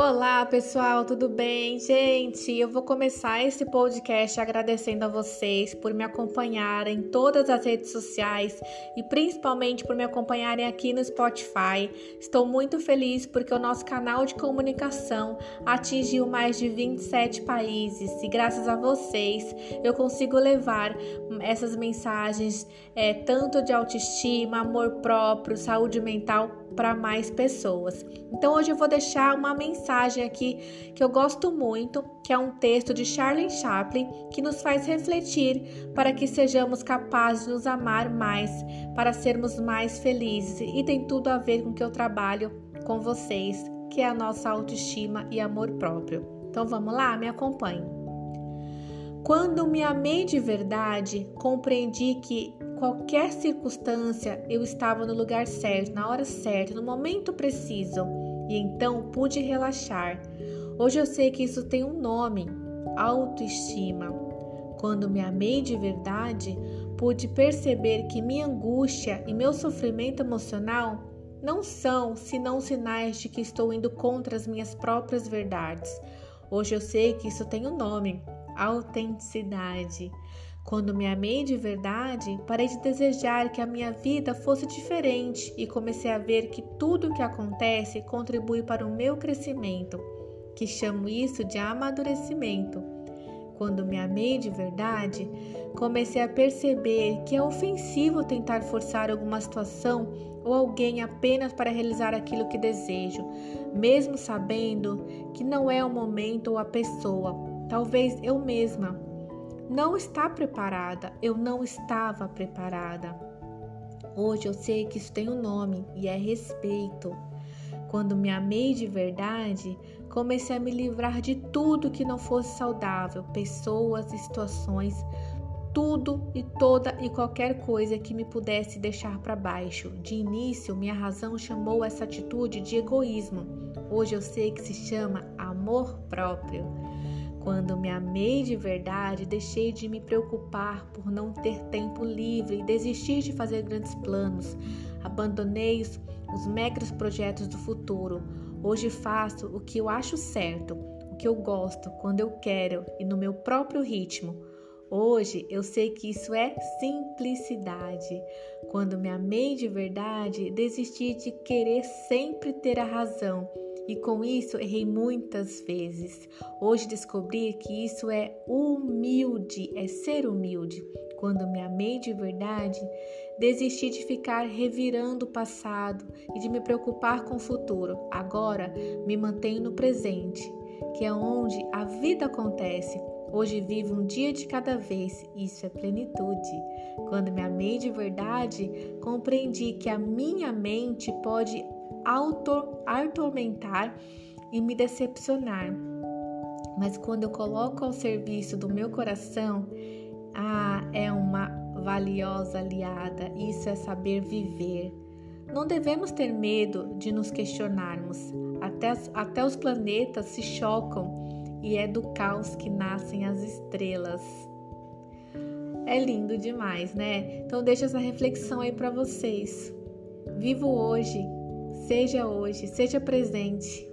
Olá, pessoal, tudo bem? Gente, eu vou começar esse podcast agradecendo a vocês por me acompanharem em todas as redes sociais e principalmente por me acompanharem aqui no Spotify. Estou muito feliz porque o nosso canal de comunicação atingiu mais de 27 países e graças a vocês eu consigo levar essas mensagens tanto de autoestima, amor próprio, saúde mental para mais pessoas. Então hoje eu vou deixar uma mensagem aqui que eu gosto muito, que é um texto de Charlie Chaplin, que nos faz refletir para que sejamos capazes de nos amar mais, para sermos mais felizes, e tem tudo a ver com o que eu trabalho com vocês, que é a nossa autoestima e amor próprio. Então vamos lá, me acompanhe. Quando me amei de verdade, compreendi que qualquer circunstância eu estava no lugar certo, na hora certa, no momento preciso, e então pude relaxar. Hoje eu sei que isso tem um nome: autoestima. Quando me amei de verdade, pude perceber que minha angústia e meu sofrimento emocional não são senão sinais de que estou indo contra as minhas próprias verdades. Hoje eu sei que isso tem um nome: autenticidade. Quando me amei de verdade, parei de desejar que a minha vida fosse diferente e comecei a ver que tudo o que acontece contribui para o meu crescimento, que chamo isso de amadurecimento. Quando me amei de verdade, comecei a perceber que é ofensivo tentar forçar alguma situação ou alguém apenas para realizar aquilo que desejo, mesmo sabendo que não é o momento ou a pessoa, talvez eu mesma não está preparada, eu não estava preparada. Hoje eu sei que isso tem um nome e é respeito. Quando me amei de verdade, comecei a me livrar de tudo que não fosse saudável, pessoas e situações, tudo e toda e qualquer coisa que me pudesse deixar para baixo. De início, minha razão chamou essa atitude de egoísmo. Hoje eu sei que se chama amor próprio. Quando me amei de verdade, deixei de me preocupar por não ter tempo livre e desistir de fazer grandes planos. Abandonei os megas projetos do futuro. Hoje faço o que eu acho certo, o que eu gosto, quando eu quero e no meu próprio ritmo. Hoje eu sei que isso é simplicidade. Quando me amei de verdade, desisti de querer sempre ter a razão. E com isso errei muitas vezes. Hoje descobri que isso é humilde, é ser humilde. Quando me amei de verdade, desisti de ficar revirando o passado e de me preocupar com o futuro. Agora me mantenho no presente, que é onde a vida acontece. Hoje vivo um dia de cada vez, isso é plenitude. Quando me amei de verdade, compreendi que a minha mente pode atormentar e me decepcionar. Mas quando eu coloco ao serviço do meu coração, é uma valiosa aliada. Isso é saber viver. Não devemos ter medo de nos questionarmos. Até os planetas se chocam e é do caos que nascem as estrelas. É lindo demais, né? Então deixa essa reflexão aí para vocês. Viva hoje, seja presente.